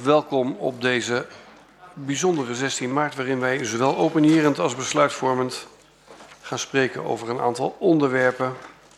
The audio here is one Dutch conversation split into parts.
welkom op deze bijzondere 16 maart, waarin wij zowel opinierend als besluitvormend gaan spreken over een aantal onderwerpen.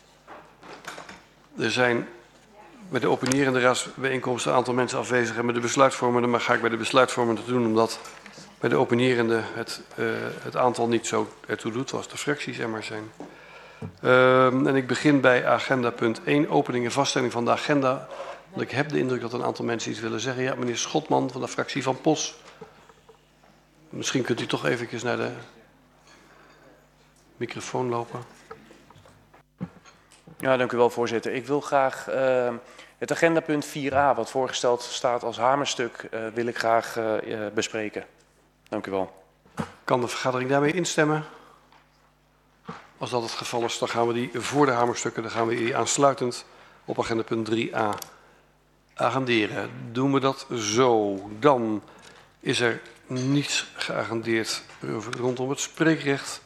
Er zijn bij de opinierende raadsbijeenkomst een aantal mensen afwezig en bij de besluitvormende, maar ga ik bij de besluitvormende doen, omdat bij de opinierende het aantal niet zo ertoe doet, zoals de fracties er maar zijn. En ik begin bij agenda punt 1, opening en vaststelling van de agenda. Want ik heb de indruk dat een aantal mensen iets willen zeggen. Ja, meneer Schotman van de fractie van POS. Misschien kunt u toch eventjes naar de microfoon lopen. Ja, dank u wel, voorzitter. Ik wil graag het agendapunt 4a, wat voorgesteld staat als hamerstuk, wil ik graag bespreken. Dank u wel. Kan de vergadering daarmee instemmen? Als dat het geval is, dan gaan we die voor de hamerstukken, dan gaan we die aansluitend op agendapunt 3a agenderen. Doen we dat zo, dan is er niets geagendeerd rondom het spreekrecht.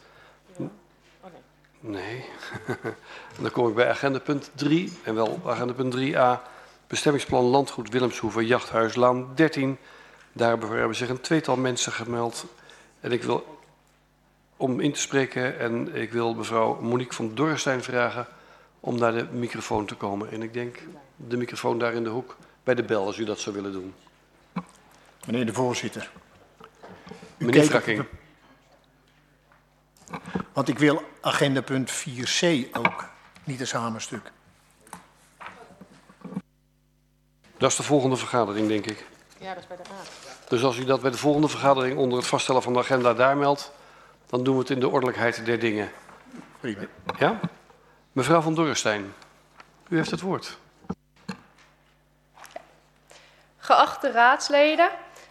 Nee. Dan kom ik bij agendapunt 3 en wel agendapunt 3a. Bestemmingsplan Landgoed Willemshoeve, Jachthuislaan 13. Daar hebben zich een tweetal mensen gemeld. En ik wil om in te spreken en ik wil mevrouw Monique van Dorrestein vragen om naar de microfoon te komen. En ik denk de microfoon daar in de hoek bij de bel, als u dat zou willen doen. Meneer de voorzitter. Meneer Frakking. Want ik wil agendapunt 4c ook, niet als hamerstuk. Dat is de volgende vergadering, denk ik. Ja, dat is bij de raad. Dus als u dat bij de volgende vergadering onder het vaststellen van de agenda daar meldt, dan doen we het in de ordelijkheid der dingen. Prima. Ja? Mevrouw van Dorrestein, u heeft het woord. Geachte raadsleden,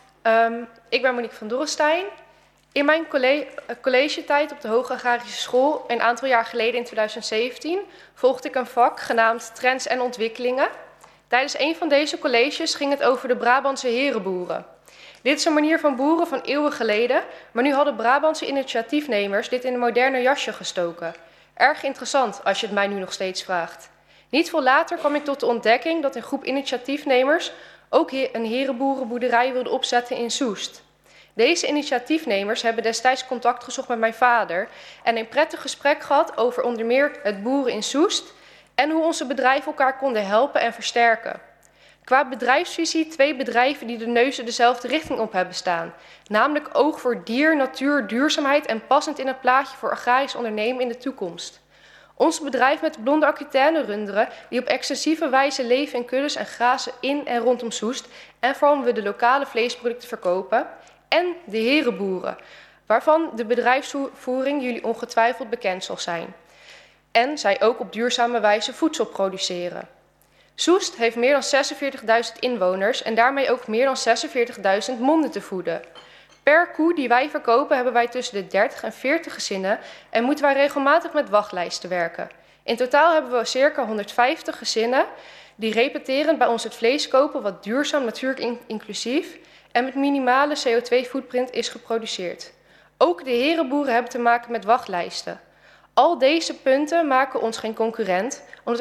ik ben Monique van Dorrestein. In mijn collegetijd op de Hoge Agrarische School, een aantal jaar geleden in 2017, volgde ik een vak genaamd Trends en Ontwikkelingen. Tijdens een van deze colleges ging het over de Brabantse herenboeren. Dit is een manier van boeren van eeuwen geleden, maar nu hadden Brabantse initiatiefnemers dit in een moderne jasje gestoken. Erg interessant als je het mij nu nog steeds vraagt. Niet veel later kwam ik tot de ontdekking dat een groep initiatiefnemers ook een herenboerenboerderij wilde opzetten in Soest. Deze initiatiefnemers hebben destijds contact gezocht met mijn vader en een prettig gesprek gehad over onder meer het boeren in Soest en hoe onze bedrijven elkaar konden helpen en versterken. Qua bedrijfsvisie 2 bedrijven die de neuzen dezelfde richting op hebben staan. Namelijk oog voor dier, natuur, duurzaamheid en passend in het plaatje voor agrarisch ondernemen in de toekomst. Ons bedrijf met de blonde Aquitaine runderen die op extensieve wijze leven in kuddes en grazen in en rondom Soest en waarom we de lokale vleesproducten verkopen. En de herenboeren, waarvan de bedrijfsvoering jullie ongetwijfeld bekend zal zijn. En zij ook op duurzame wijze voedsel produceren. Soest heeft meer dan 46.000 inwoners en daarmee ook meer dan 46.000 monden te voeden. Per koe die wij verkopen hebben wij tussen de 30 en 40 gezinnen en moeten wij regelmatig met wachtlijsten werken. In totaal hebben we circa 150 gezinnen die repeterend bij ons het vlees kopen wat duurzaam, natuurlijk inclusief en met minimale CO2-footprint is geproduceerd. Ook de herenboeren hebben te maken met wachtlijsten. Al deze punten maken ons geen concurrent,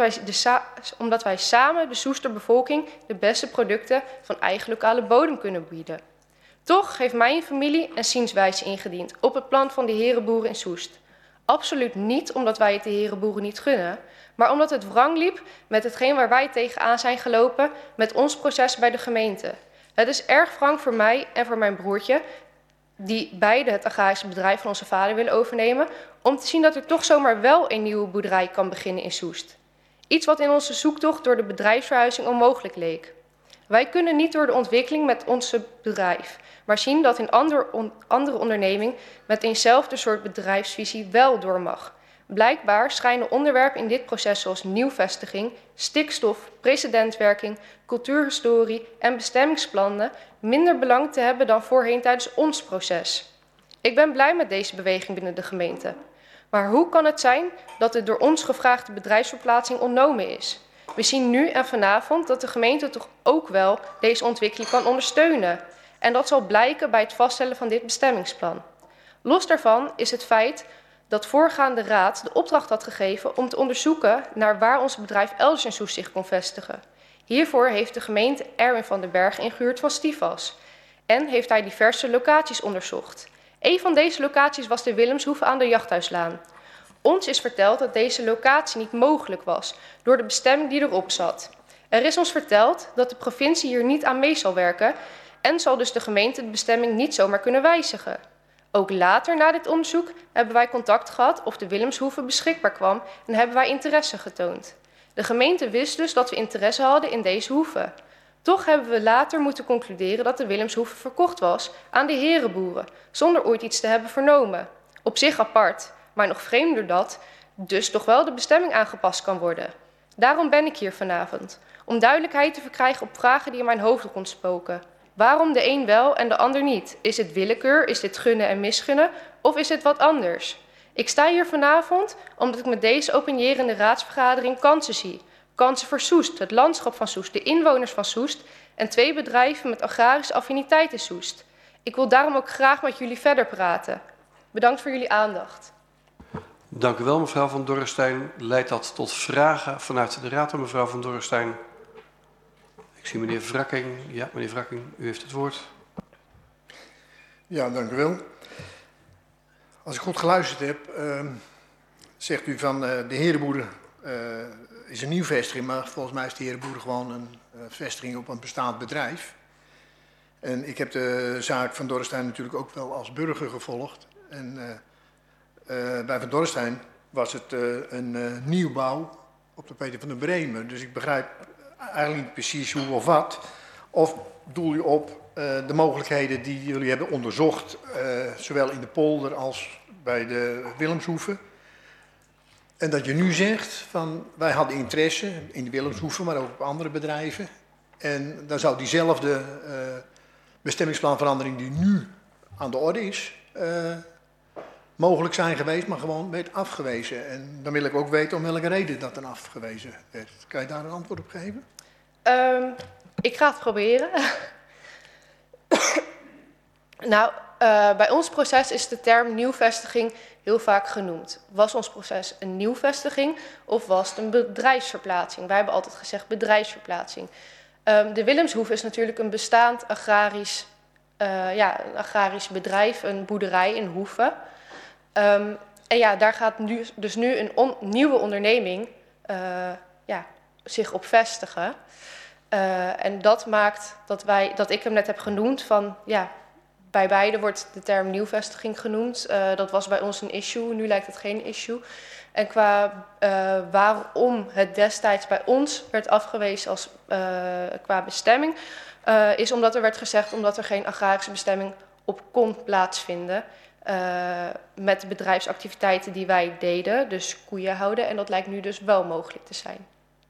omdat wij samen de Soester bevolking de beste producten van eigen lokale bodem kunnen bieden. Toch heeft mijn familie een zienswijze ingediend op het plan van de herenboeren in Soest. Absoluut niet omdat wij het de herenboeren niet gunnen, maar omdat het wrang liep met hetgeen waar wij tegenaan zijn gelopen met ons proces bij de gemeente. Het is erg wrang voor mij en voor mijn broertje, die beide het agrarische bedrijf van onze vader willen overnemen, om te zien dat er toch zomaar wel een nieuwe boerderij kan beginnen in Soest. Iets wat in onze zoektocht door de bedrijfsverhuizing onmogelijk leek. Wij kunnen niet door de ontwikkeling met onze bedrijf, maar zien dat een andere onderneming met eenzelfde soort bedrijfsvisie wel door mag. Blijkbaar schijnen onderwerpen in dit proces zoals nieuwvestiging, stikstof, precedentwerking, cultuurhistorie en bestemmingsplannen minder belang te hebben dan voorheen tijdens ons proces. Ik ben blij met deze beweging binnen de gemeente. Maar hoe kan het zijn dat de door ons gevraagde bedrijfsverplaatsing ontnomen is? We zien nu en vanavond dat de gemeente toch ook wel deze ontwikkeling kan ondersteunen. En dat zal blijken bij het vaststellen van dit bestemmingsplan. Los daarvan is het feit dat voorgaande raad de opdracht had gegeven om te onderzoeken naar waar ons bedrijf elders in Soest zich kon vestigen. Hiervoor heeft de gemeente Erwin van den Berg ingehuurd van Stifas en heeft hij diverse locaties onderzocht. Een van deze locaties was de Willemshoeve aan de Jachthuislaan. Ons is verteld dat deze locatie niet mogelijk was door de bestemming die erop zat. Er is ons verteld dat de provincie hier niet aan mee zal werken en zal dus de gemeente de bestemming niet zomaar kunnen wijzigen. Ook later na dit onderzoek hebben wij contact gehad of de Willemshoeve beschikbaar kwam en hebben wij interesse getoond. De gemeente wist dus dat we interesse hadden in deze hoeve. Toch hebben we later moeten concluderen dat de Willemshoeve verkocht was aan de herenboeren, zonder ooit iets te hebben vernomen. Op zich apart, maar nog vreemder dat dus toch wel de bestemming aangepast kan worden. Daarom ben ik hier vanavond, om duidelijkheid te verkrijgen op vragen die in mijn hoofd rondspoken. Waarom de een wel en de ander niet? Is het willekeur, is dit gunnen en misgunnen of is het wat anders? Ik sta hier vanavond omdat ik met deze opinierende raadsvergadering kansen zie. Kansen voor Soest, het landschap van Soest, de inwoners van Soest en 2 bedrijven met agrarische affiniteit in Soest. Ik wil daarom ook graag met jullie verder praten. Bedankt voor jullie aandacht. Dank u wel, mevrouw Van Dorrestein. Leidt dat tot vragen vanuit de raad aan mevrouw Van Dorrestein? Ik zie meneer Wrakking. Ja, meneer Wrakking, u heeft het woord. Ja, dank u wel. Als ik goed geluisterd heb, zegt u van de herenboeren is een nieuw vestiging, maar volgens mij is de herenboeren gewoon een vestiging op een bestaand bedrijf. En ik heb de zaak Van Dorrestein natuurlijk ook wel als burger gevolgd. En bij Van Dorrestein was het een nieuwbouw op de Peter van der Bremen. Dus ik begrijp eigenlijk niet precies hoe of wat. Of doel je op de mogelijkheden die jullie hebben onderzocht, zowel in de polder als bij de Willemshoeve. En dat je nu zegt van wij hadden interesse in de Willemshoeve, maar ook op andere bedrijven. En dan zou diezelfde bestemmingsplanverandering die nu aan de orde is, mogelijk zijn geweest, maar gewoon werd afgewezen. En dan wil ik ook weten om welke reden dat dan afgewezen werd. Kan je daar een antwoord op geven? Ik ga het proberen. Nou, bij ons proces is de term nieuwvestiging heel vaak genoemd. Was ons proces een nieuwvestiging of was het een bedrijfsverplaatsing? Wij hebben altijd gezegd bedrijfsverplaatsing. De Willemshoeve is natuurlijk een bestaand agrarisch, een agrarisch bedrijf, een boerderij in Hoeve. En ja, daar gaat nu een nieuwe onderneming zich op vestigen. En dat maakt dat ik hem net heb genoemd van ja, bij beide wordt de term nieuwvestiging genoemd. Dat was bij ons een issue, nu lijkt het geen issue. En qua waarom het destijds bij ons werd afgewezen als qua bestemming, is omdat er werd gezegd omdat er geen agrarische bestemming op kon plaatsvinden. Met de bedrijfsactiviteiten die wij deden, dus koeien houden. En dat lijkt nu dus wel mogelijk te zijn.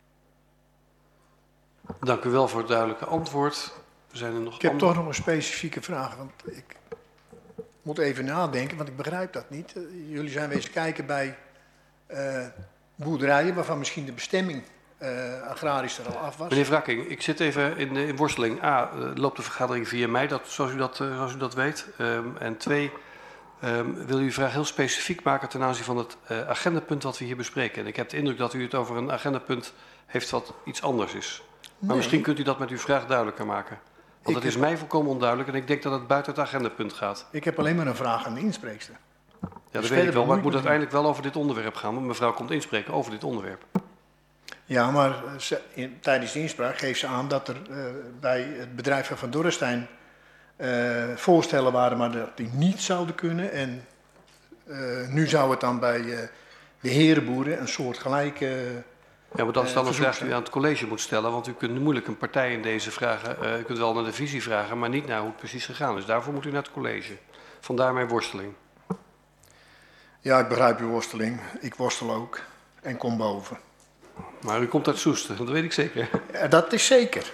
Dank u wel voor het duidelijke antwoord. Zijn er nog Ik heb toch nog een specifieke vraag, want ik moet even nadenken, want ik begrijp dat niet. Jullie zijn wezen kijken bij boerderijen waarvan misschien de bestemming agrarisch er al af was. Meneer Wrakking, ik zit even in worsteling. A, loopt de vergadering via mij, zoals u dat weet. En 2, wil u uw vraag heel specifiek maken ten aanzien van het agendapunt wat we hier bespreken. En ik heb de indruk dat u het over een agendapunt heeft wat iets anders is. Maar Nee. misschien kunt u dat met uw vraag duidelijker maken. Want het is mij volkomen onduidelijk en ik denk dat het buiten het agendapunt gaat. Ik heb alleen maar een vraag aan de inspreekster. Ja, dat Dus weet ik verder wel, maar het moet bemoeien. uiteindelijk wel over dit onderwerp gaan. Want mevrouw komt inspreken over dit onderwerp. Ja, maar tijdens de inspraak geeft ze aan dat er bij het bedrijf van Van Dorrestein voorstellen waren, maar dat die niet zouden kunnen. En nu zou het dan bij de herenboeren een soort gelijke... Ja, maar dat is dan een verzoek vraag die u zijn. aan het college moet stellen. Want u kunt moeilijk een partij in deze vragen... u kunt wel naar de visie vragen, maar niet naar hoe het precies gegaan is. Daarvoor moet u naar het college. Vandaar mijn worsteling. Ja, ik begrijp uw worsteling. Ik worstel ook en kom boven. Maar u komt uit Soest, dat weet ik zeker. Dat is zeker.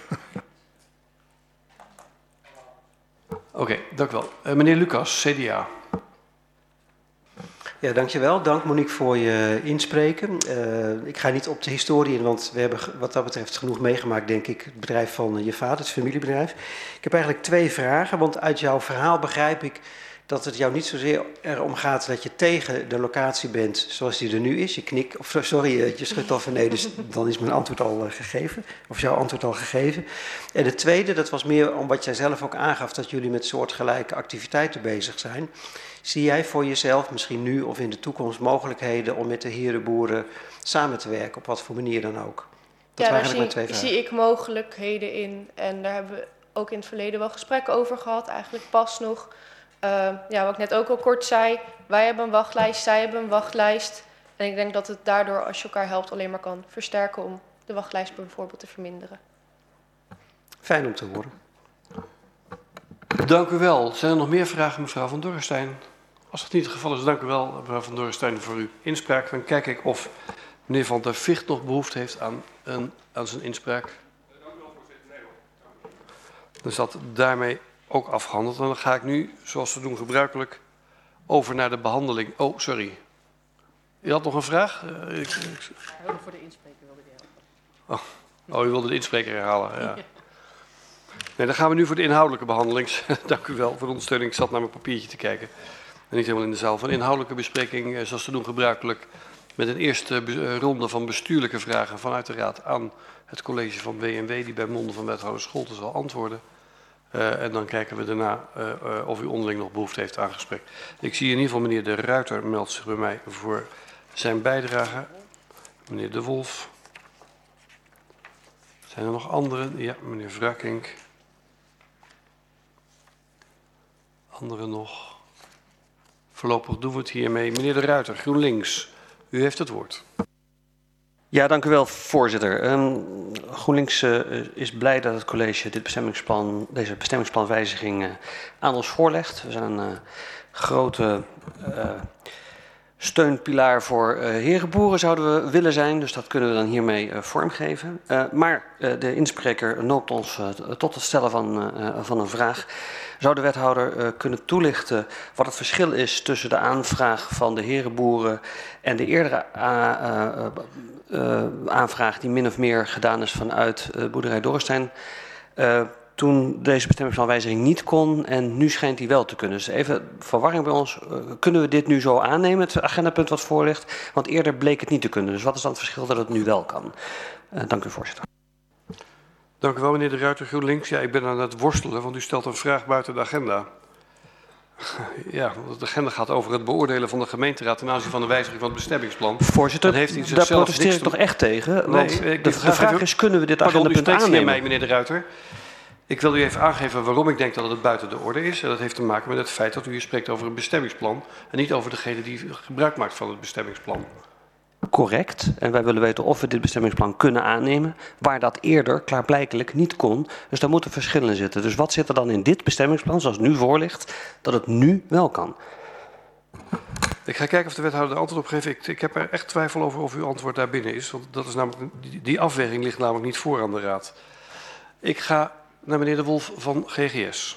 Oké, dank u wel. Meneer Lucas, CDA. Ja, dankjewel. Dank Monique voor je inspreken. Ik ga niet op de historie in, want we hebben wat dat betreft genoeg meegemaakt, denk ik, het bedrijf van je vader, het familiebedrijf. Ik heb eigenlijk 2 vragen, want uit jouw verhaal begrijp ik dat het jou niet zozeer erom gaat dat je tegen de locatie bent zoals die er nu is. Je knikt, of sorry, je schudt al van nee, dus dan is mijn antwoord al gegeven. Of jouw antwoord al gegeven. En het tweede, dat was meer om wat jij zelf ook aangaf, dat jullie met soortgelijke activiteiten bezig zijn. Zie jij voor jezelf, misschien nu of in de toekomst, mogelijkheden om met de herenboeren samen te werken, op wat voor manier dan ook? Dat ja, waren daar eigenlijk mijn twee vragen. zie ik mogelijkheden in. En daar hebben we ook in het verleden wel gesprekken over gehad, eigenlijk pas nog. Ja, wat ik net ook al kort zei, wij hebben een wachtlijst, zij hebben een wachtlijst. En ik denk dat het daardoor, als je elkaar helpt, alleen maar kan versterken om de wachtlijst bijvoorbeeld te verminderen. Fijn om te horen. Dank u wel. Zijn er nog meer vragen, mevrouw Van Dorrestein? Als dat niet het geval is, dank u wel, mevrouw Van Dorrestein, voor uw inspraak. Dan kijk ik of meneer Van der Vicht nog behoefte heeft aan zijn inspraak. Dank u wel, voorzitter. Nee hoor. Dan is dat daarmee ook afgehandeld. En dan ga ik nu, zoals we doen gebruikelijk, over naar de behandeling. Oh, sorry. U had nog een vraag? Voor de inspreker wilde ik helpen. Oh, u wilde de inspreker herhalen. Ja. Nee, dan gaan we nu voor de inhoudelijke behandeling. Dank u wel voor de ondersteuning. Ik zat naar mijn papiertje te kijken. En niet helemaal in de zaal. Van inhoudelijke bespreking, zoals we doen gebruikelijk, met een eerste ronde van bestuurlijke vragen vanuit de Raad aan het college van WNW, die bij monden van wethouder Scholten zal antwoorden. En dan kijken we daarna of u onderling nog behoefte heeft aan gesprek. Ik zie in ieder geval meneer De Ruiter meldt zich bij mij voor zijn bijdrage. Meneer De Wolf. Zijn er nog anderen? Ja, meneer Wrakink. Anderen nog? Voorlopig doen we het hiermee. Meneer De Ruiter, GroenLinks, u heeft het woord. Ja, dank u wel, voorzitter. GroenLinks is blij dat het college deze bestemmingsplanwijziging aan ons voorlegt. We zijn een grote steunpilaar voor herenboeren zouden we willen zijn, dus dat kunnen we dan hiermee vormgeven. Maar de inspreker noopt ons tot het stellen van een vraag. Zou de wethouder kunnen toelichten wat het verschil is tussen de aanvraag van de herenboeren en de eerdere aanvraag die min of meer gedaan is vanuit boerderij Dorrestein, toen deze bestemmingsplanwijziging niet kon en nu schijnt die wel te kunnen. Dus even verwarring bij ons. Kunnen we dit nu zo aannemen, het agendapunt wat voor ligt? Want eerder bleek het niet te kunnen. Dus wat is dan het verschil dat het nu wel kan? Dank u, voorzitter. Dank u wel, meneer De Ruiter, GroenLinks. Ja, ik ben aan het worstelen, want u stelt een vraag buiten de agenda. Ja, de agenda gaat over het beoordelen van de gemeenteraad ten aanzien van de wijziging van het bestemmingsplan. Voorzitter, daar protesteer ik toch echt tegen? Want de vraag is, kunnen we dit agendapunt aannemen? Mij, meneer De Ruiter. Ik wil u even aangeven waarom ik denk dat het buiten de orde is. En dat heeft te maken met het feit dat u hier spreekt over een bestemmingsplan en niet over degene die gebruik maakt van het bestemmingsplan. Correct. En wij willen weten of we dit bestemmingsplan kunnen aannemen, waar dat eerder klaarblijkelijk niet kon. Dus daar moeten verschillen zitten. Dus wat zit er dan in dit bestemmingsplan, zoals het nu voor ligt, dat het nu wel kan? Ik ga kijken of de wethouder er antwoord op geeft. Ik heb er echt twijfel over of uw antwoord daar binnen is. Want dat is namelijk, die afweging ligt namelijk niet voor aan de raad. Ik ga naar meneer De Wolf van GGS.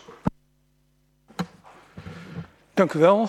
Dank u wel.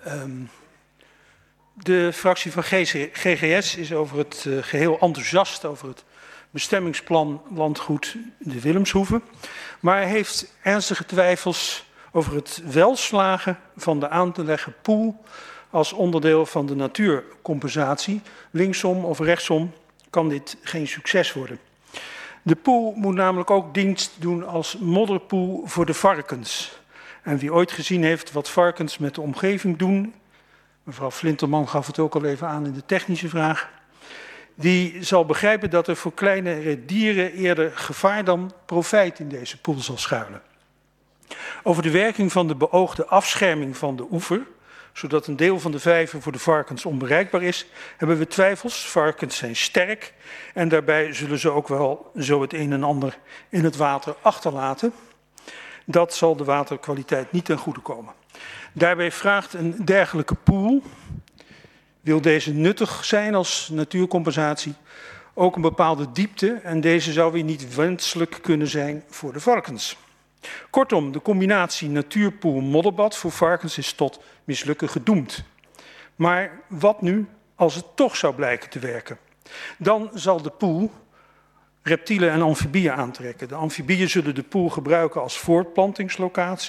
De fractie van GGS is over het geheel enthousiast over het bestemmingsplan landgoed de Willemshoeve. Maar heeft ernstige twijfels over het welslagen van de aan te leggen poel als onderdeel van de natuurcompensatie. Linksom of rechtsom kan dit geen succes worden. De poel moet namelijk ook dienst doen als modderpoel voor de varkens. En wie ooit gezien heeft wat varkens met de omgeving doen, mevrouw Flinterman gaf het ook al even aan in de technische vraag, die zal begrijpen dat er voor kleine dieren eerder gevaar dan profijt in deze poel zal schuilen. Over de werking van de beoogde afscherming van de oever, zodat een deel van de vijver voor de varkens onbereikbaar is, hebben we twijfels. Varkens zijn sterk en daarbij zullen ze ook wel zo het een en ander in het water achterlaten. Dat zal de waterkwaliteit niet ten goede komen. Daarbij vraagt een dergelijke poel, wil deze nuttig zijn als natuurcompensatie, ook een bepaalde diepte en deze zou weer niet wenselijk kunnen zijn voor de varkens. Kortom, de combinatie natuurpoel-modderbad voor varkens is tot mislukken gedoemd. Maar wat nu als het toch zou blijken te werken? Dan zal de poel reptielen en amfibieën aantrekken. De amfibieën zullen de poel gebruiken als voortplantingslocatie.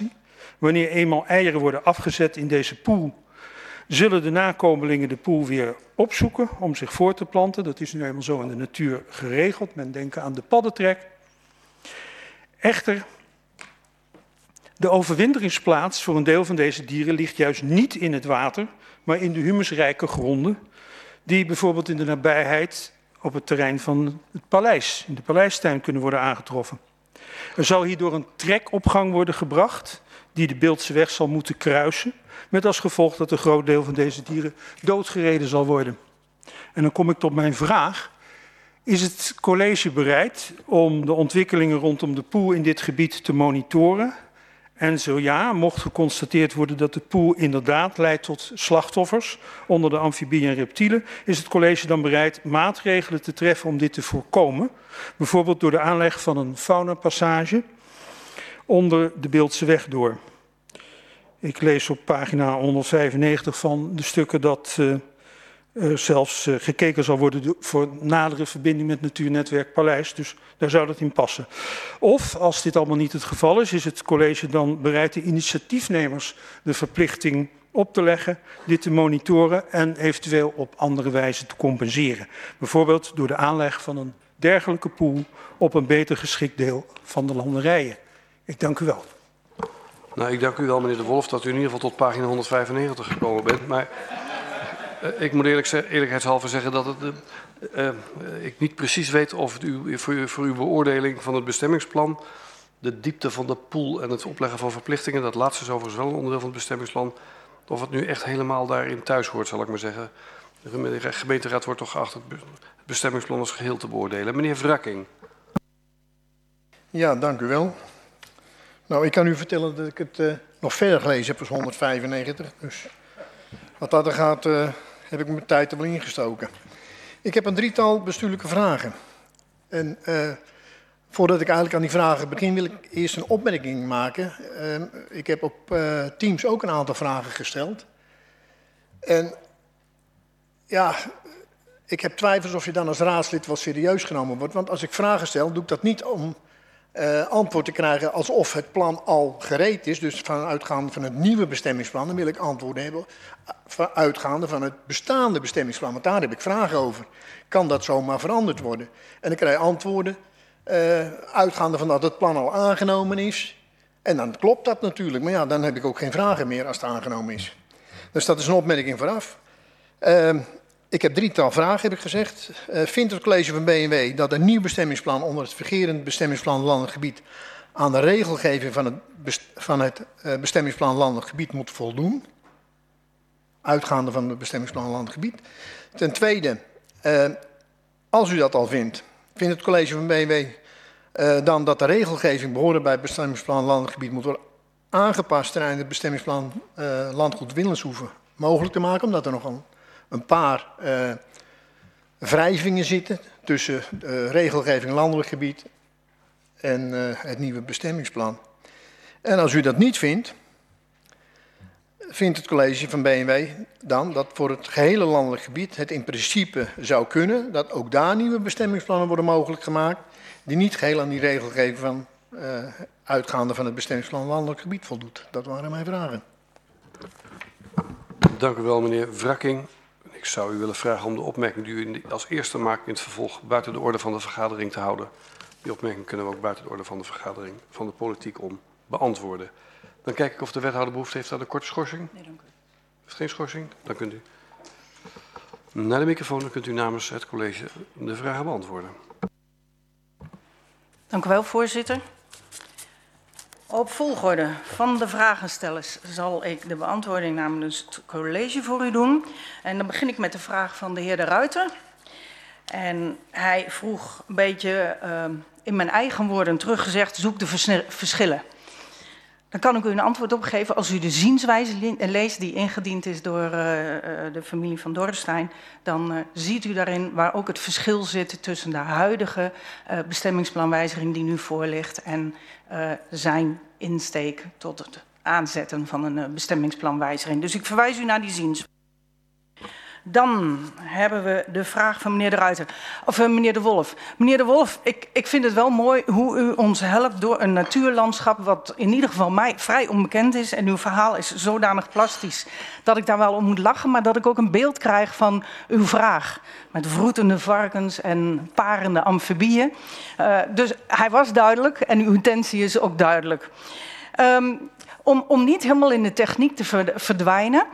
Wanneer eenmaal eieren worden afgezet in deze poel, zullen de nakomelingen de poel weer opzoeken om zich voor te planten. Dat is nu eenmaal zo in de natuur geregeld. Men denkt aan de paddentrek. Echter, de overwinteringsplaats voor een deel van deze dieren ligt juist niet in het water, maar in de humusrijke gronden, die bijvoorbeeld in de nabijheid op het terrein van het paleis, in de paleistuin, kunnen worden aangetroffen. Er zal hierdoor een trekopgang worden gebracht, die de Beeldse weg zal moeten kruisen, met als gevolg dat een groot deel van deze dieren doodgereden zal worden. En dan kom ik tot mijn vraag. Is het college bereid om de ontwikkelingen rondom de poel in dit gebied te monitoren? En zo ja, mocht geconstateerd worden dat de poel inderdaad leidt tot slachtoffers onder de amfibieën en reptielen, is het college dan bereid maatregelen te treffen om dit te voorkomen? Bijvoorbeeld door de aanleg van een faunapassage onder de Beeldse weg door. Ik lees op pagina 195 van de stukken dat zelfs gekeken zal worden voor nadere verbinding met Natuurnetwerk Paleis. Dus daar zou dat in passen. Of, als dit allemaal niet het geval is het college dan bereid de initiatiefnemers de verplichting op te leggen, dit te monitoren en eventueel op andere wijze te compenseren. Bijvoorbeeld door de aanleg van een dergelijke poel op een beter geschikt deel van de landerijen. Ik dank u wel. Nou, ik dank u wel, meneer De Wolf, dat u in ieder geval tot pagina 195 gekomen bent. Maar ik moet eerlijkheidshalve zeggen dat ik niet precies weet of het voor uw beoordeling van het bestemmingsplan, de diepte van de poel en het opleggen van verplichtingen, dat laatste is overigens wel een onderdeel van het bestemmingsplan, of het nu echt helemaal daarin thuis hoort, zal ik maar zeggen. De gemeenteraad wordt toch geacht het bestemmingsplan als geheel te beoordelen. Meneer Wrakking. Ja, dank u wel. Nou, ik kan u vertellen dat ik het nog verder gelezen heb als 195. Dus wat dat er gaat, heb ik mijn tijd er wel ingestoken. Ik heb een drietal bestuurlijke vragen. En voordat ik eigenlijk aan die vragen begin, wil ik eerst een opmerking maken. Ik heb op Teams ook een aantal vragen gesteld. En ja, ik heb twijfels of je dan als raadslid wel serieus genomen wordt. Want als ik vragen stel, doe ik dat niet om antwoord te krijgen alsof het plan al gereed is. Dus vanuitgaande van het nieuwe bestemmingsplan, dan wil ik antwoorden hebben uitgaande van het bestaande bestemmingsplan. Want daar heb ik vragen over. Kan dat zomaar veranderd worden? En ik krijg antwoorden uitgaande van dat het plan al aangenomen is. En dan klopt dat natuurlijk. Maar ja, dan heb ik ook geen vragen meer als het aangenomen is. Dus dat is een opmerking vooraf. Ik heb drietal vragen, heb ik gezegd. Vindt het college van B&W dat een nieuw bestemmingsplan onder het vigerend bestemmingsplan landelijk gebied aan de regelgeving van het bestemmingsplan landelijk gebied moet voldoen? Uitgaande van het bestemmingsplan landelijk gebied. Ten tweede, als u dat al vindt, vindt het college van B&W dan dat de regelgeving behorend bij het bestemmingsplan landelijk gebied moet worden aangepast ten einde het bestemmingsplan landgoed Willenshoeve mogelijk te maken, omdat er nog een paar wrijvingen zitten tussen de regelgeving landelijk gebied en het nieuwe bestemmingsplan. En als u dat niet vindt, vindt het college van B&W dan dat voor het gehele landelijk gebied het in principe zou kunnen dat ook daar nieuwe bestemmingsplannen worden mogelijk gemaakt die niet geheel aan die regelgeving van uitgaande van het bestemmingsplan landelijk gebied voldoet. Dat waren mijn vragen. Dank u wel, meneer Wrakking. Ik zou u willen vragen om de opmerking die u als eerste maakt in het vervolg buiten de orde van de vergadering te houden. Die opmerking kunnen we ook buiten de orde van de vergadering van de politiek om beantwoorden. Dan kijk ik of de wethouder behoefte heeft aan een korte schorsing. Nee, dank u. Heeft geen schorsing? Dan kunt u naar de microfoon, dan kunt u namens het college de vragen beantwoorden. Dank u wel, voorzitter. Op volgorde van de vragenstellers zal ik de beantwoording namens het college voor u doen. En dan begin ik met de vraag van de heer De Ruiter. En hij vroeg een beetje in mijn eigen woorden teruggezegd, zoek de verschillen. Dan kan ik u een antwoord op geven als u de zienswijze leest die ingediend is door de familie van Dorrestein. Dan ziet u daarin waar ook het verschil zit tussen de huidige bestemmingsplanwijziging die nu voor ligt en zijn insteek tot het aanzetten van een bestemmingsplanwijziging. Dus ik verwijs u naar die zienswijze. Dan hebben we de vraag van meneer De Ruiter, of meneer De Wolf. Meneer De Wolf, ik vind het wel mooi hoe u ons helpt door een natuurlandschap wat in ieder geval mij vrij onbekend is. En uw verhaal is zodanig plastisch dat ik daar wel om moet lachen, maar dat ik ook een beeld krijg van uw vraag. Met vroetende varkens en parende amfibieën. Dus hij was duidelijk en uw intentie is ook duidelijk. Om niet helemaal in de techniek te verdwijnen.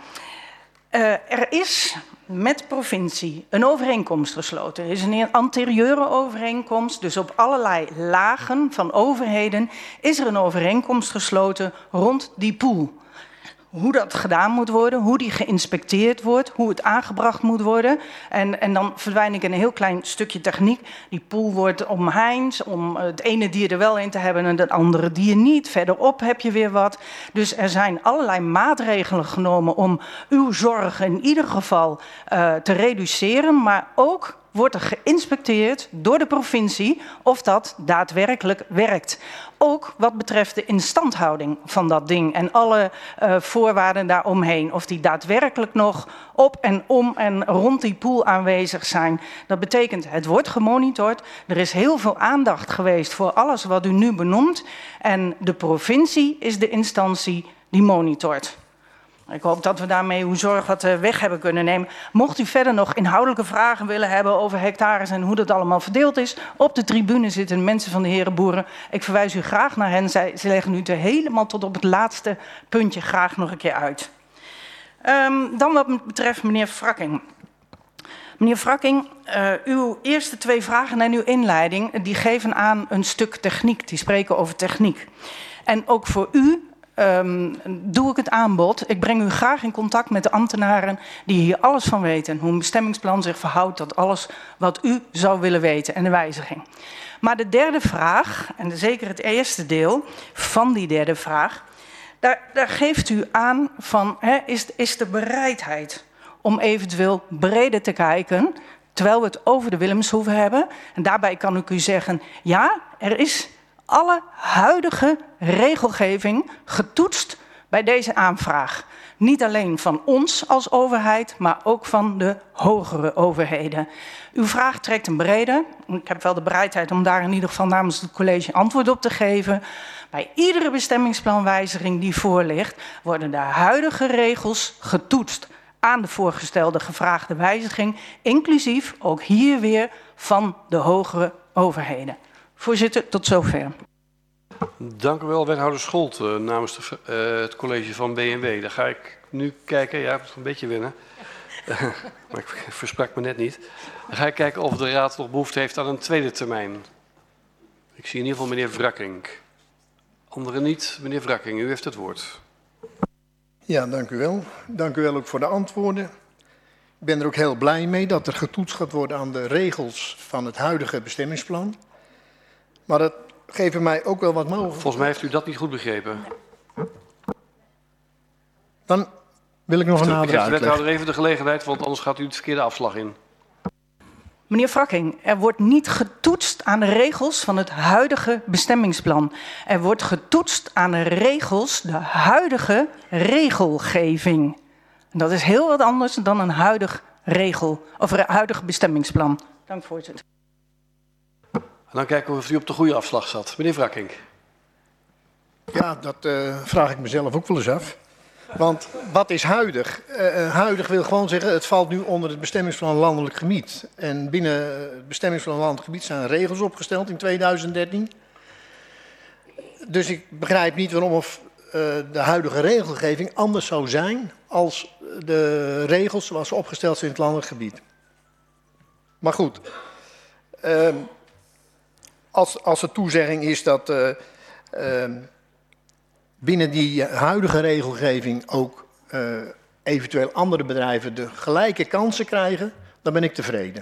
Er is met provincie een overeenkomst gesloten. Er is een anterieure overeenkomst, dus op allerlei lagen van overheden is er een overeenkomst gesloten rond die pool. Hoe dat gedaan moet worden, hoe die geïnspecteerd wordt, hoe het aangebracht moet worden. En dan verdwijn ik in een heel klein stukje techniek. Die pool wordt omheind om het ene dier er wel in te hebben en het andere dier niet. Verderop heb je weer wat. Dus er zijn allerlei maatregelen genomen om uw zorg in ieder geval te reduceren, maar ook wordt er geïnspecteerd door de provincie of dat daadwerkelijk werkt. Ook wat betreft de instandhouding van dat ding en alle voorwaarden daaromheen. Of die daadwerkelijk nog op en om en rond die pool aanwezig zijn. Dat betekent, het wordt gemonitord. Er is heel veel aandacht geweest voor alles wat u nu benoemt. En de provincie is de instantie die monitort. Ik hoop dat we daarmee uw zorg wat weg hebben kunnen nemen. Mocht u verder nog inhoudelijke vragen willen hebben over hectares en hoe dat allemaal verdeeld is. Op de tribune zitten mensen van de heren boeren. Ik verwijs u graag naar hen. Ze leggen u helemaal tot op het laatste puntje graag nog een keer uit. Dan wat betreft meneer Fracking. Meneer Fracking, uw eerste 2 vragen en uw inleiding die geven aan een stuk techniek. Die spreken over techniek. En ook voor u doe ik het aanbod. Ik breng u graag in contact met de ambtenaren die hier alles van weten. Hoe een bestemmingsplan zich verhoudt tot alles wat u zou willen weten en de wijziging. Maar de derde vraag, en zeker het eerste deel van die derde vraag, daar geeft u aan van, is de bereidheid om eventueel breder te kijken, terwijl we het over de Willemshoeve hebben. En daarbij kan ik u zeggen, ja, er is alle huidige regelgeving getoetst bij deze aanvraag. Niet alleen van ons als overheid, maar ook van de hogere overheden. Uw vraag trekt een brede. Ik heb wel de bereidheid om daar in ieder geval namens het college antwoord op te geven. Bij iedere bestemmingsplanwijziging die voor ligt, worden de huidige regels getoetst aan de voorgestelde gevraagde wijziging, inclusief ook hier weer van de hogere overheden. Voorzitter, tot zover. Dank u wel, wethouder Scholt, namens het college van B&W. Daar ga ik nu kijken. Ja, ik moet een beetje winnen. Maar ik versprak me net niet. Dan ga ik kijken of de raad nog behoefte heeft aan een tweede termijn. Ik zie in ieder geval meneer Wrakking. Anderen niet. Meneer Wrakking, u heeft het woord. Ja, dank u wel. Dank u wel ook voor de antwoorden. Ik ben er ook heel blij mee dat er getoetst gaat worden aan de regels van het huidige bestemmingsplan. Maar dat geeft mij ook wel wat mogelijkheden. Volgens mij heeft u dat niet goed begrepen. Dan wil ik nog een nadere uitleg. Geef de wethouder even de gelegenheid, want anders gaat u de verkeerde afslag in. Meneer Wrakking, er wordt niet getoetst aan de regels van het huidige bestemmingsplan. Er wordt getoetst aan de regels, de huidige regelgeving. En dat is heel wat anders dan een huidig huidig bestemmingsplan. Dank, voorzitter. En dan kijken we of u op de goede afslag zat. Meneer Wrakking. Ja, dat vraag ik mezelf ook wel eens af. Want wat is huidig? Huidig wil gewoon zeggen, het valt nu onder het bestemmingsplan landelijk gebied. En binnen het bestemmingsplan landelijk gebied zijn regels opgesteld in 2013. Dus ik begrijp niet waarom of de huidige regelgeving anders zou zijn als de regels zoals ze opgesteld zijn in het landelijk gebied. Maar goed, als de toezegging is dat binnen die huidige regelgeving ook eventueel andere bedrijven de gelijke kansen krijgen, dan ben ik tevreden.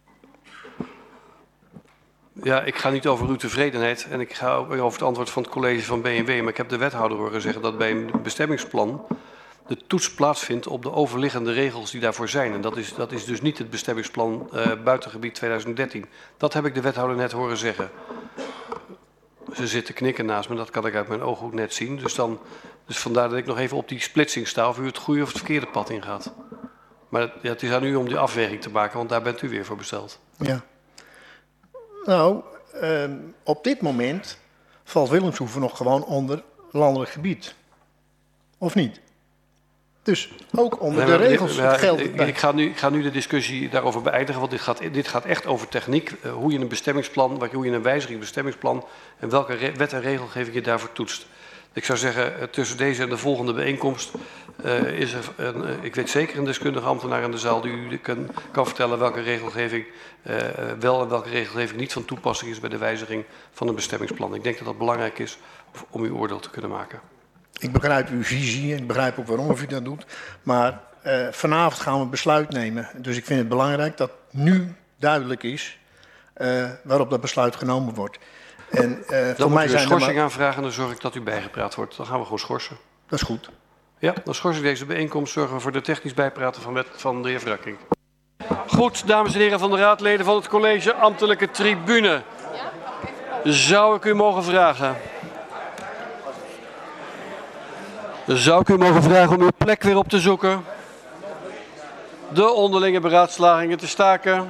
Ja, ik ga niet over uw tevredenheid en ik ga over het antwoord van het college van B&W. Maar ik heb de wethouder horen zeggen dat bij een bestemmingsplan de toets plaatsvindt op de overliggende regels die daarvoor zijn. En dat is dus niet het bestemmingsplan buitengebied 2013. Dat heb ik de wethouder net horen zeggen. Ze zitten knikken naast me, dat kan ik uit mijn ooghoek net zien. Dus vandaar dat ik nog even op die splitsing sta of u het goede of het verkeerde pad ingaat. Maar ja, het is aan u om die afweging te maken, want daar bent u weer voor besteld. Ja. Nou, op dit moment valt Willemshoeven nog gewoon onder landelijk gebied. Of niet? Dus ook onder de regels geldt het bij. Ik ga nu de discussie daarover beëindigen, want dit gaat echt over techniek. Hoe je een bestemmingsplan, hoe je een wijziging bestemmingsplan en welke wet en regelgeving je daarvoor toetst. Ik zou zeggen, tussen deze en de volgende bijeenkomst is er, ik weet zeker, een deskundige ambtenaar in de zaal die u kan vertellen welke regelgeving wel en welke regelgeving niet van toepassing is bij de wijziging van een bestemmingsplan. Ik denk dat dat belangrijk is om uw oordeel te kunnen maken. Ik begrijp uw visie en ik begrijp ook waarom u dat doet. Maar vanavond gaan we een besluit nemen. Dus ik vind het belangrijk dat nu duidelijk is waarop dat besluit genomen wordt. En, dan moet u een schorsing aanvragen en dan zorg ik dat u bijgepraat wordt. Dan gaan we gewoon schorsen. Dat is goed. Ja, dan schors ik deze bijeenkomst. Zorgen we voor de technisch bijpraten van de heer Wrakking. Goed, dames en heren van de raadleden van het college ambtelijke tribune. Zou ik u mogen vragen? Zou ik u mogen vragen om uw plek weer op te zoeken? De onderlinge beraadslagingen te staken.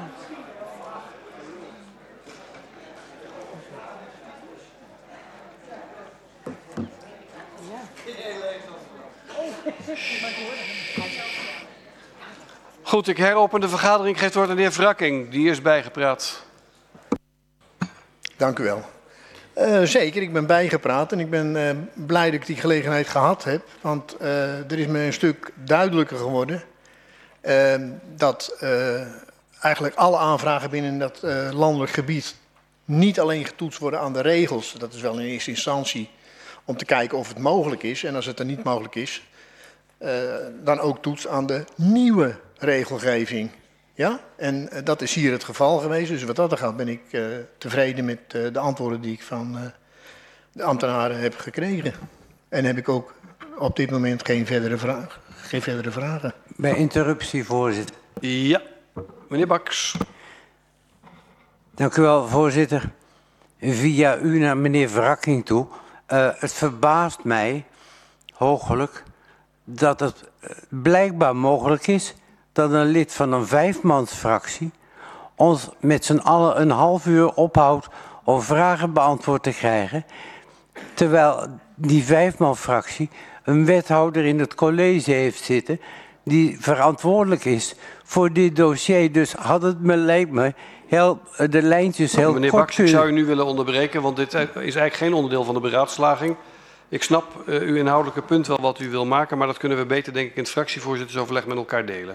Goed, ik heropen de vergadering. Geeft woord aan de heer Wrakking. Die is bijgepraat. Dank u wel. Zeker, ik ben bijgepraat en ik ben blij dat ik die gelegenheid gehad heb. Want er is me een stuk duidelijker geworden dat eigenlijk alle aanvragen binnen dat landelijk gebied niet alleen getoetst worden aan de regels. Dat is wel in eerste instantie om te kijken of het mogelijk is. En als het er niet mogelijk is, dan ook toets aan de nieuwe regelgeving. Ja, en dat is hier het geval geweest. Dus wat dat er gaat ben ik tevreden met de antwoorden die ik van de ambtenaren heb gekregen. En heb ik ook op dit moment geen verdere vragen. Bij interruptie, voorzitter. Ja, meneer Baks. Dank u wel, voorzitter. Via u naar meneer Wrakking toe. Het verbaast mij hoogelijk dat het blijkbaar mogelijk is dat een lid van een 5-mansfractie ons met z'n allen een half uur ophoudt om vragen beantwoord te krijgen, terwijl die 5-mansfractie een wethouder in het college heeft zitten die verantwoordelijk is voor dit dossier. Dus had het me, lijkt me, de lijntjes heel meneer kort Baks, ik zou u nu willen onderbreken, want dit is eigenlijk geen onderdeel van de beraadslaging. Ik snap uw inhoudelijke punt wel wat u wil maken, maar dat kunnen we beter denk ik in het fractievoorzittersoverleg met elkaar delen.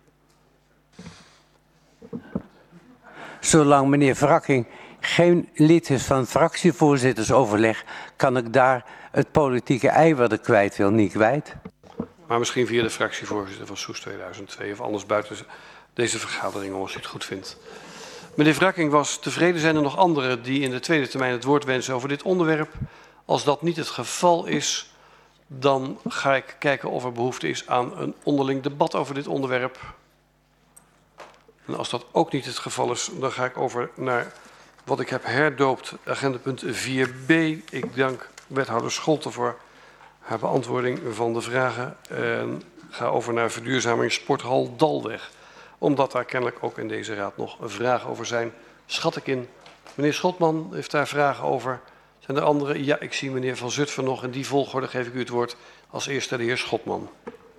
Zolang meneer Wrakking geen lid is van het fractievoorzittersoverleg, kan ik daar het politieke ei wat ik kwijt wil niet kwijt. Maar misschien via de fractievoorzitter van Soes 2002 of anders buiten deze vergadering als u het goed vindt. Meneer Wrakking was tevreden. Zijn er nog anderen die in de tweede termijn het woord wensen over dit onderwerp? Als dat niet het geval is, dan ga ik kijken of er behoefte is aan een onderling debat over dit onderwerp. En als dat ook niet het geval is, dan ga ik over naar wat ik heb herdoopt, agendapunt 4b. Ik dank wethouder Scholten voor haar beantwoording van de vragen. En ga over naar verduurzaming Sporthal Dalweg. Omdat daar kennelijk ook in deze raad nog vragen over zijn, schat ik in. Meneer Schotman heeft daar vragen over. Zijn er andere? Ja, ik zie meneer Van Zutphen nog. In die volgorde geef ik u het woord. Als eerste de heer Schotman.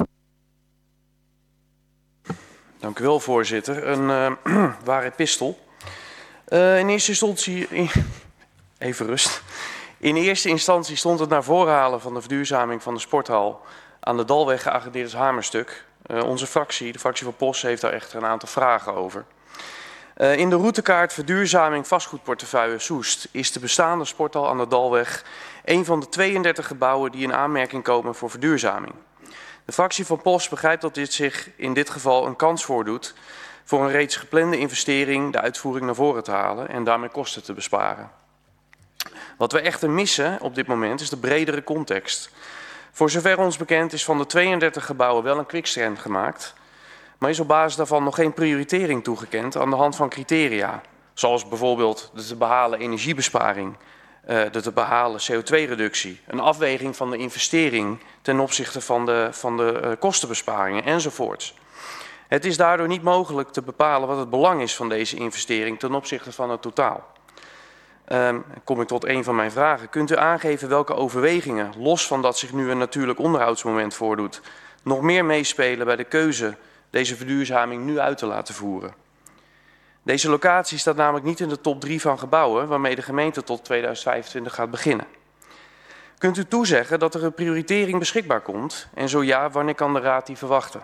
Dank u wel, voorzitter. Een ware epistel. In eerste instantie... Even rust. In eerste instantie stond het naar voren halen van de verduurzaming van de sporthal aan de Dalweg geagendeerd als hamerstuk. Onze fractie, de fractie van POS, heeft daar echter een aantal vragen over. In de routekaart verduurzaming vastgoedportefeuille Soest is de bestaande sporthal aan de Dalweg een van de 32 gebouwen die in aanmerking komen voor verduurzaming. De fractie van POS begrijpt dat dit zich in dit geval een kans voordoet voor een reeds geplande investering de uitvoering naar voren te halen en daarmee kosten te besparen. Wat we echter missen op dit moment is de bredere context. Voor zover ons bekend is van de 32 gebouwen wel een quickscan gemaakt, maar is op basis daarvan nog geen prioritering toegekend aan de hand van criteria. Zoals bijvoorbeeld de te behalen energiebesparing, de te behalen CO2-reductie, een afweging van de investering ten opzichte van de kostenbesparingen enzovoorts. Het is daardoor niet mogelijk te bepalen wat het belang is van deze investering ten opzichte van het totaal. Kom ik tot een van mijn vragen. Kunt u aangeven welke overwegingen, los van dat zich nu een natuurlijk onderhoudsmoment voordoet, nog meer meespelen bij de keuze deze verduurzaming nu uit te laten voeren? Deze locatie staat namelijk niet in de top 3 van gebouwen waarmee de gemeente tot 2025 gaat beginnen. Kunt u toezeggen dat er een prioritering beschikbaar komt? En zo ja, wanneer kan de Raad die verwachten?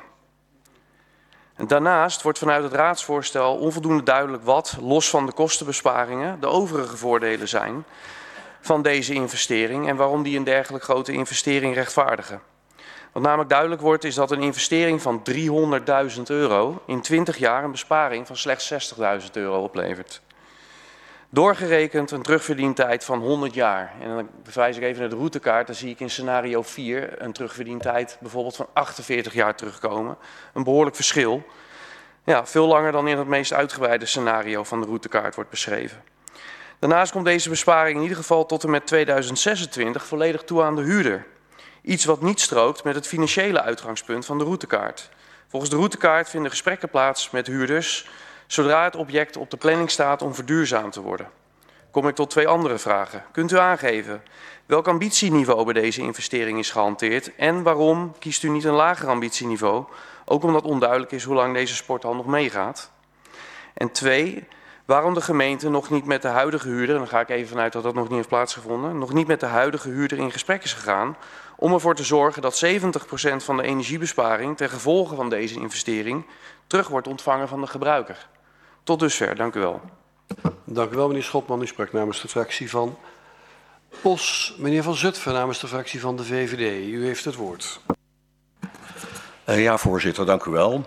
En daarnaast wordt vanuit het raadsvoorstel onvoldoende duidelijk wat, los van de kostenbesparingen, de overige voordelen zijn van deze investering en waarom die een dergelijk grote investering rechtvaardigen. Wat namelijk duidelijk wordt is dat een investering van €300.000 in 20 jaar een besparing van slechts €60.000 oplevert. Doorgerekend een terugverdientijd van 100 jaar. En dan verwijs ik even naar de routekaart. Dan zie ik in scenario 4 een terugverdientijd bijvoorbeeld van 48 jaar terugkomen. Een behoorlijk verschil. Ja, veel langer dan in het meest uitgebreide scenario van de routekaart wordt beschreven. Daarnaast komt deze besparing in ieder geval tot en met 2026 volledig toe aan de huurder. Iets wat niet strookt met het financiële uitgangspunt van de routekaart. Volgens de routekaart vinden gesprekken plaats met huurders zodra het object op de planning staat om verduurzaamd te worden. Kom ik tot 2 andere vragen. Kunt u aangeven welk ambitieniveau bij deze investering is gehanteerd en waarom kiest u niet een lager ambitieniveau, ook omdat onduidelijk is hoe lang deze sporthal nog meegaat? En 2, waarom de gemeente nog niet met de huidige huurder, en dan ga ik even vanuit dat dat nog niet heeft plaatsgevonden, nog niet met de huidige huurder in gesprek is gegaan om ervoor te zorgen dat 70% van de energiebesparing ten gevolge van deze investering terug wordt ontvangen van de gebruiker. Tot dusver, dank u wel. Dank u wel, meneer Schotman. U sprak namens de fractie van POS. Meneer Van Zutphen namens de fractie van de VVD. U heeft het woord. Ja, voorzitter, dank u wel.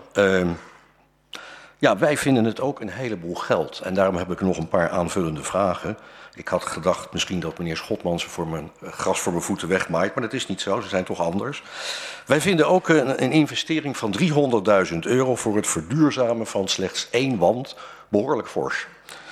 Ja, wij vinden het ook een heleboel geld. En daarom heb ik nog een paar aanvullende vragen. Ik had gedacht misschien dat meneer Schotman ze voor mijn gras voor mijn voeten wegmaait, maar dat is niet zo, ze zijn toch anders. Wij vinden ook een investering van €300.000 voor het verduurzamen van slechts 1 wand behoorlijk fors.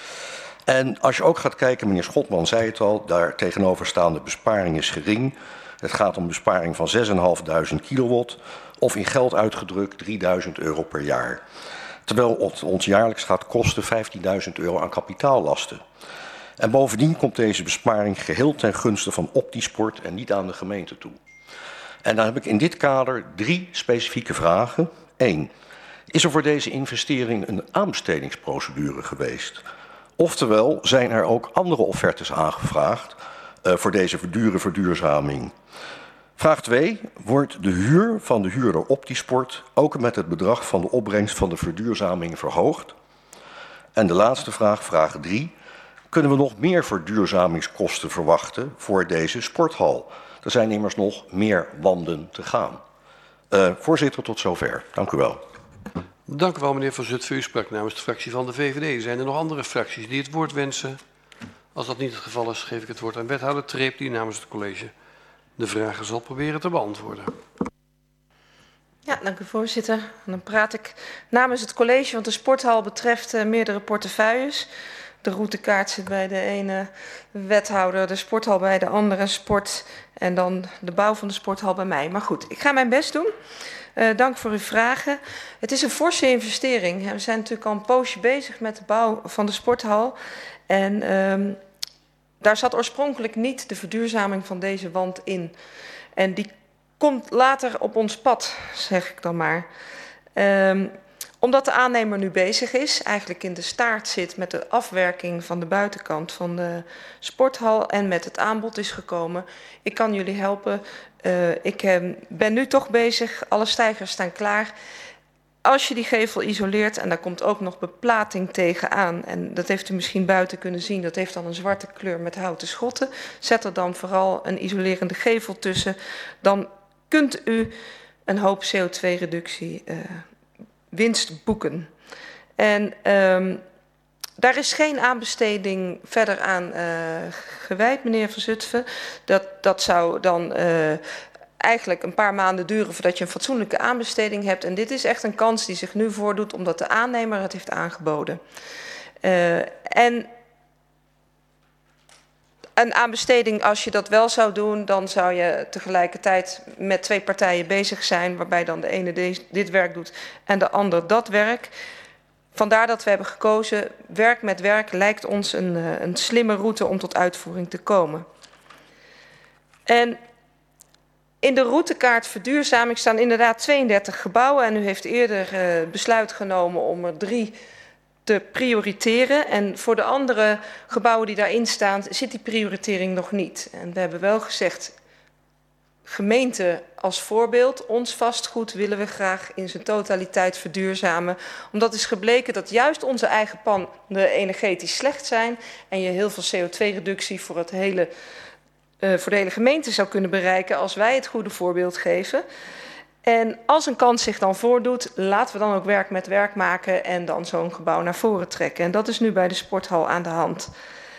En als je ook gaat kijken, meneer Schotman zei het al, daar tegenoverstaande besparing is gering. Het gaat om besparing van 6.500 kilowatt of in geld uitgedrukt €3.000 per jaar. Terwijl het ons jaarlijks gaat kosten €15.000 aan kapitaallasten. En bovendien komt deze besparing geheel ten gunste van Optisport en niet aan de gemeente toe. En dan heb ik in dit kader 3 specifieke vragen. 1. Is er voor deze investering een aanbestedingsprocedure geweest? Oftewel, zijn er ook andere offertes aangevraagd voor deze dure verduurzaming? Vraag 2. Wordt de huur van de huurder Optisport ook met het bedrag van de opbrengst van de verduurzaming verhoogd? En de laatste vraag, vraag 3. Kunnen we nog meer verduurzamingskosten verwachten voor deze sporthal? Er zijn immers nog meer wanden te gaan. Voorzitter, tot zover. Dank u wel. Dank u wel, meneer Van Zutphen. U sprak namens de fractie van de VVD. Zijn er nog andere fracties die het woord wensen? Als dat niet het geval is, geef ik het woord aan wethouder Treep, die namens het college de vragen zal proberen te beantwoorden. Ja, dank u voorzitter. En dan praat ik namens het college, want de sporthal betreft meerdere portefeuilles. De routekaart zit bij de ene wethouder, de sporthal bij de andere, sport en dan de bouw van de sporthal bij mij. Maar goed, ik ga mijn best doen. Dank voor uw vragen. Het is een forse investering. We zijn natuurlijk al een poosje bezig met de bouw van de sporthal. En daar zat oorspronkelijk niet de verduurzaming van deze wand in. En die komt later op ons pad, zeg ik dan maar. Omdat de aannemer nu bezig is, eigenlijk in de staart zit met de afwerking van de buitenkant van de sporthal en met het aanbod is gekomen. Ik kan jullie helpen. Ik ben nu toch bezig, alle stijgers staan klaar. Als je die gevel isoleert, en daar komt ook nog beplating tegenaan, en dat heeft u misschien buiten kunnen zien, dat heeft dan een zwarte kleur met houten schotten. Zet er dan vooral een isolerende gevel tussen, dan kunt u een hoop CO2-reductie winst boeken. En daar is geen aanbesteding verder aan gewijd, meneer Van Zutphen. Dat zou dan eigenlijk een paar maanden duren voordat je een fatsoenlijke aanbesteding hebt. En dit is echt een kans die zich nu voordoet omdat de aannemer het heeft aangeboden. En een aanbesteding, als je dat wel zou doen, dan zou je tegelijkertijd met 2 partijen bezig zijn, waarbij dan de ene dit werk doet en de ander dat werk. Vandaar dat we hebben gekozen, werk met werk lijkt ons een slimme route om tot uitvoering te komen. En in de routekaart verduurzaming staan inderdaad 32 gebouwen en u heeft eerder besluit genomen om er 3 te prioriteren. En voor de andere gebouwen die daarin staan, zit die prioritering nog niet. En we hebben wel gezegd, gemeente als voorbeeld, ons vastgoed willen we graag in zijn totaliteit verduurzamen. Omdat is gebleken dat juist onze eigen panden energetisch slecht zijn en je heel veel CO2-reductie voor de hele gemeente zou kunnen bereiken als wij het goede voorbeeld geven. En als een kans zich dan voordoet, laten we dan ook werk met werk maken en dan zo'n gebouw naar voren trekken. En dat is nu bij de sporthal aan de hand.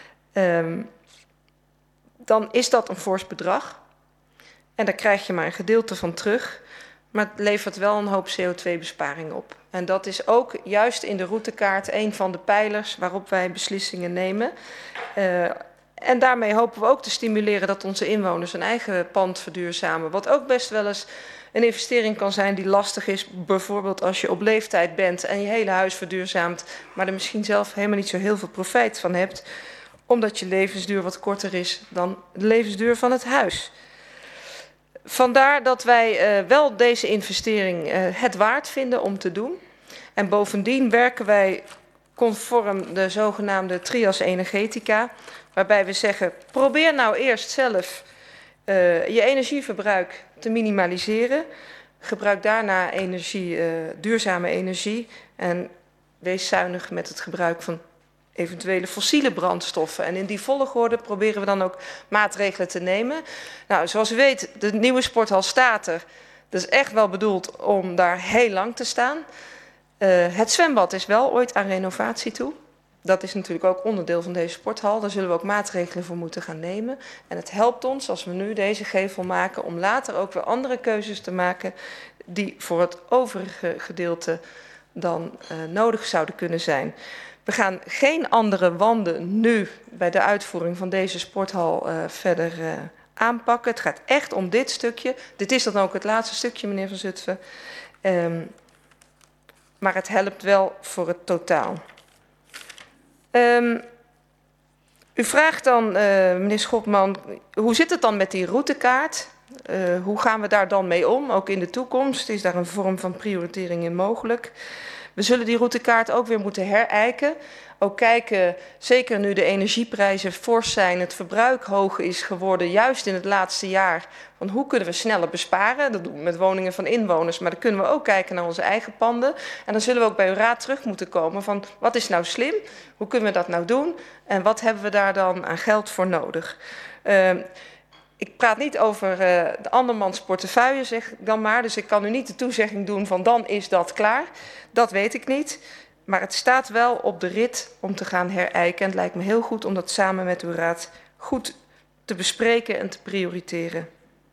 Dan is dat een fors bedrag. En daar krijg je maar een gedeelte van terug. Maar het levert wel een hoop CO2-besparing op. En dat is ook juist in de routekaart een van de pijlers waarop wij beslissingen nemen. En daarmee hopen we ook te stimuleren dat onze inwoners hun eigen pand verduurzamen. Wat ook best wel eens een investering kan zijn die lastig is. Bijvoorbeeld als je op leeftijd bent en je hele huis verduurzaamt, maar er misschien zelf helemaal niet zo heel veel profijt van hebt, omdat je levensduur wat korter is dan de levensduur van het huis. Vandaar dat wij wel deze investering het waard vinden om te doen. En bovendien werken wij conform de zogenaamde trias energetica, waarbij we zeggen, probeer nou eerst zelf je energieverbruik te minimaliseren. Gebruik daarna duurzame energie en wees zuinig met het gebruik van eventuele fossiele brandstoffen. En in die volgorde proberen we dan ook maatregelen te nemen. Nou, zoals u weet, de nieuwe sporthal staat er. Dat is echt wel bedoeld om daar heel lang te staan. Het zwembad is wel ooit aan renovatie toe. Dat is natuurlijk ook onderdeel van deze sporthal. Daar zullen we ook maatregelen voor moeten gaan nemen. En het helpt ons, als we nu deze gevel maken, om later ook weer andere keuzes te maken die voor het overige gedeelte dan nodig zouden kunnen zijn. We gaan geen andere wanden nu bij de uitvoering van deze sporthal verder aanpakken. Het gaat echt om dit stukje. Dit is dan ook het laatste stukje, meneer Van Zutphen. Maar het helpt wel voor het totaal. U vraagt dan, meneer Schopman, hoe zit het dan met die routekaart? Hoe gaan we daar dan mee om? Ook in de toekomst is daar een vorm van prioritering in mogelijk. We zullen die routekaart ook weer moeten herijken. Ook kijken, zeker nu de energieprijzen fors zijn, het verbruik hoog is geworden, juist in het laatste jaar, van hoe kunnen we sneller besparen? Dat doen we met woningen van inwoners, maar dan kunnen we ook kijken naar onze eigen panden. En dan zullen we ook bij uw raad terug moeten komen van, wat is nou slim? Hoe kunnen we dat nou doen? En wat hebben we daar dan aan geld voor nodig? Ik praat niet over de andermans portefeuille, zeg ik dan maar. Dus ik kan u niet de toezegging doen van dan is dat klaar. Dat weet ik niet. Maar het staat wel op de rit om te gaan herijken. En het lijkt me heel goed om dat samen met uw raad goed te bespreken en te prioriteren.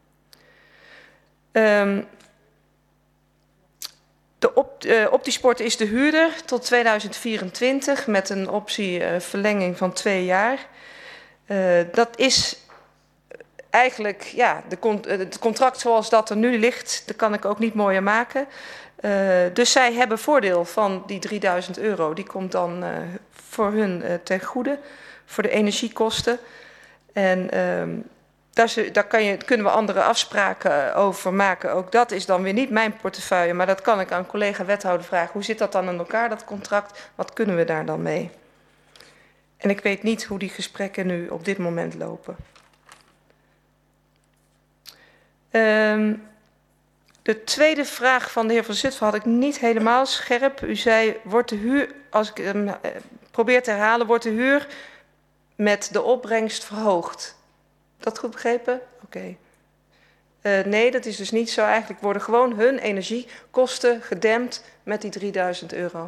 Optisport is de huurder tot 2024 met een optie verlenging van 2 jaar. Dat is eigenlijk, ja, het contract zoals dat er nu ligt, dat kan ik ook niet mooier maken. Dus zij hebben voordeel van die €3000. Die komt dan voor hun ten goede, voor de energiekosten. En daar kunnen we andere afspraken over maken. Ook dat is dan weer niet mijn portefeuille, maar dat kan ik aan collega-wethouder vragen. Hoe zit dat dan in elkaar, dat contract? Wat kunnen we daar dan mee? En ik weet niet hoe die gesprekken nu op dit moment lopen. De tweede vraag van de heer Van Zutphen had ik niet helemaal scherp. U zei, wordt de huur, als ik hem probeer te herhalen, wordt de huur met de opbrengst verhoogd? Dat goed begrepen? Oké. Nee, dat is dus niet zo. Eigenlijk worden gewoon hun energiekosten gedempt met die €3000.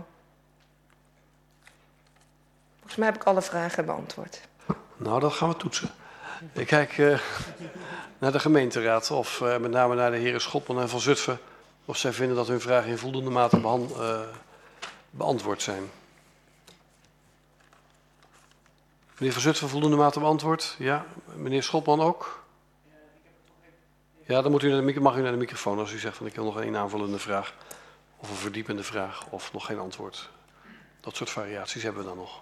Volgens mij heb ik alle vragen beantwoord. Nou, dat gaan we toetsen. Ik kijk naar de gemeenteraad, of met name naar de heren Schopman en Van Zutphen, of zij vinden dat hun vragen in voldoende mate beantwoord zijn. Meneer Van Zutphen, voldoende mate beantwoord? Ja. Meneer Schotman ook? Ja, dan mag u naar de microfoon als u zegt van ik wil nog een aanvullende vraag. Of een verdiepende vraag of nog geen antwoord. Dat soort variaties hebben we dan nog.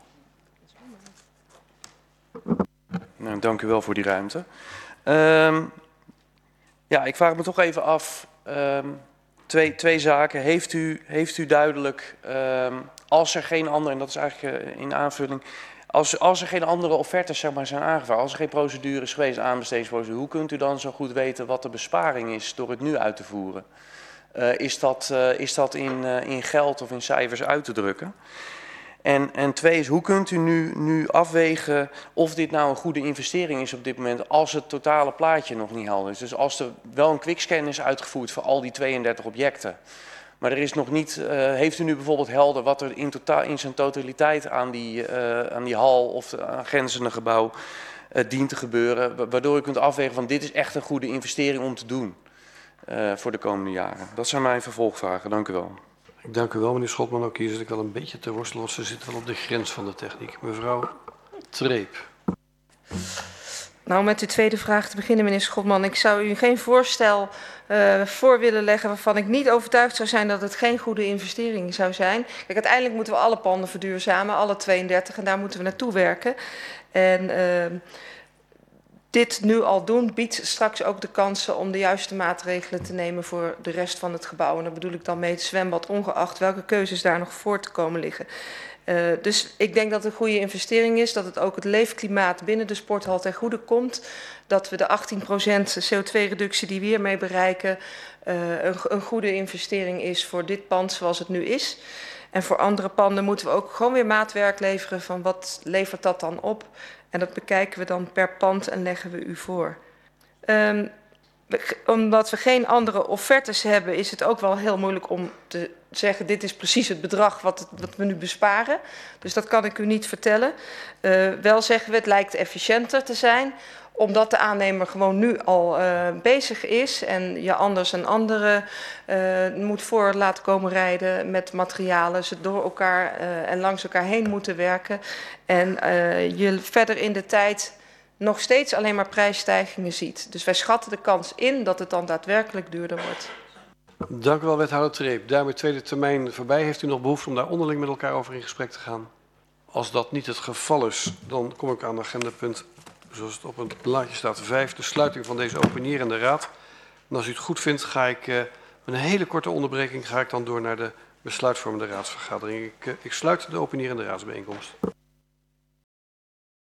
Nou, dank u wel voor die ruimte. Ja, ik vraag me toch even af. Twee zaken. Heeft u duidelijk, als er geen andere, en dat is eigenlijk in aanvulling, als er geen andere offertes zeg maar, zijn aangevraagd, als er geen procedure is geweest, aanbestedingsprocedure, hoe kunt u dan zo goed weten wat de besparing is door het nu uit te voeren? Is dat in geld of in cijfers uit te drukken? En twee is, hoe kunt u nu afwegen of dit nou een goede investering is op dit moment als het totale plaatje nog niet helder is? Dus als er wel een quickscan is uitgevoerd voor al die 32 objecten, maar er is nog niet, heeft u nu bijvoorbeeld helder wat er in zijn totaliteit aan die hal of aangrenzende gebouw dient te gebeuren, waardoor u kunt afwegen van dit is echt een goede investering om te doen voor de komende jaren? Dat zijn mijn vervolgvragen. Dank u wel. Ik dank u wel, meneer Schotman. Ook hier zit ik wel een beetje te worstelen, want ze zitten wel op de grens van de techniek. Mevrouw Treep. Nou, met uw tweede vraag te beginnen, meneer Schotman. Ik zou u geen voorstel voor willen leggen waarvan ik niet overtuigd zou zijn dat het geen goede investering zou zijn. Kijk, uiteindelijk moeten we alle panden verduurzamen, alle 32, en daar moeten we naartoe werken. En dit nu al doen biedt straks ook de kansen om de juiste maatregelen te nemen voor de rest van het gebouw. En daar bedoel ik dan mee het zwembad, ongeacht welke keuzes daar nog voor te komen liggen. Dus ik denk dat het een goede investering is, dat het ook het leefklimaat binnen de sporthal ten goede komt. Dat we de 18% CO2-reductie die we hiermee bereiken een goede investering is voor dit pand zoals het nu is. En voor andere panden moeten we ook gewoon weer maatwerk leveren van wat levert dat dan op. En dat bekijken we dan per pand en leggen we u voor. Omdat we geen andere offertes hebben, is het ook wel heel moeilijk om te zeggen, dit is precies het bedrag wat we nu besparen. Dus dat kan ik u niet vertellen. Wel zeggen we, het lijkt efficiënter te zijn, omdat de aannemer gewoon nu al bezig is en je anders een andere moet voor laten komen rijden met materialen, ze door elkaar en langs elkaar heen moeten werken. En je verder in de tijd nog steeds alleen maar prijsstijgingen ziet. Dus wij schatten de kans in dat het dan daadwerkelijk duurder wordt. Dank u wel, wethouder Treep. Daarmee tweede termijn voorbij. Heeft u nog behoefte om daar onderling met elkaar over in gesprek te gaan? Als dat niet het geval is, dan kom ik aan agendapunt, zoals het op het blaadje staat, 5, de sluiting van deze opinierende raad. En als u het goed vindt, ga ik met een hele korte onderbreking dan door naar de besluitvormende raadsvergadering. Ik sluit de opinierende raadsbijeenkomst.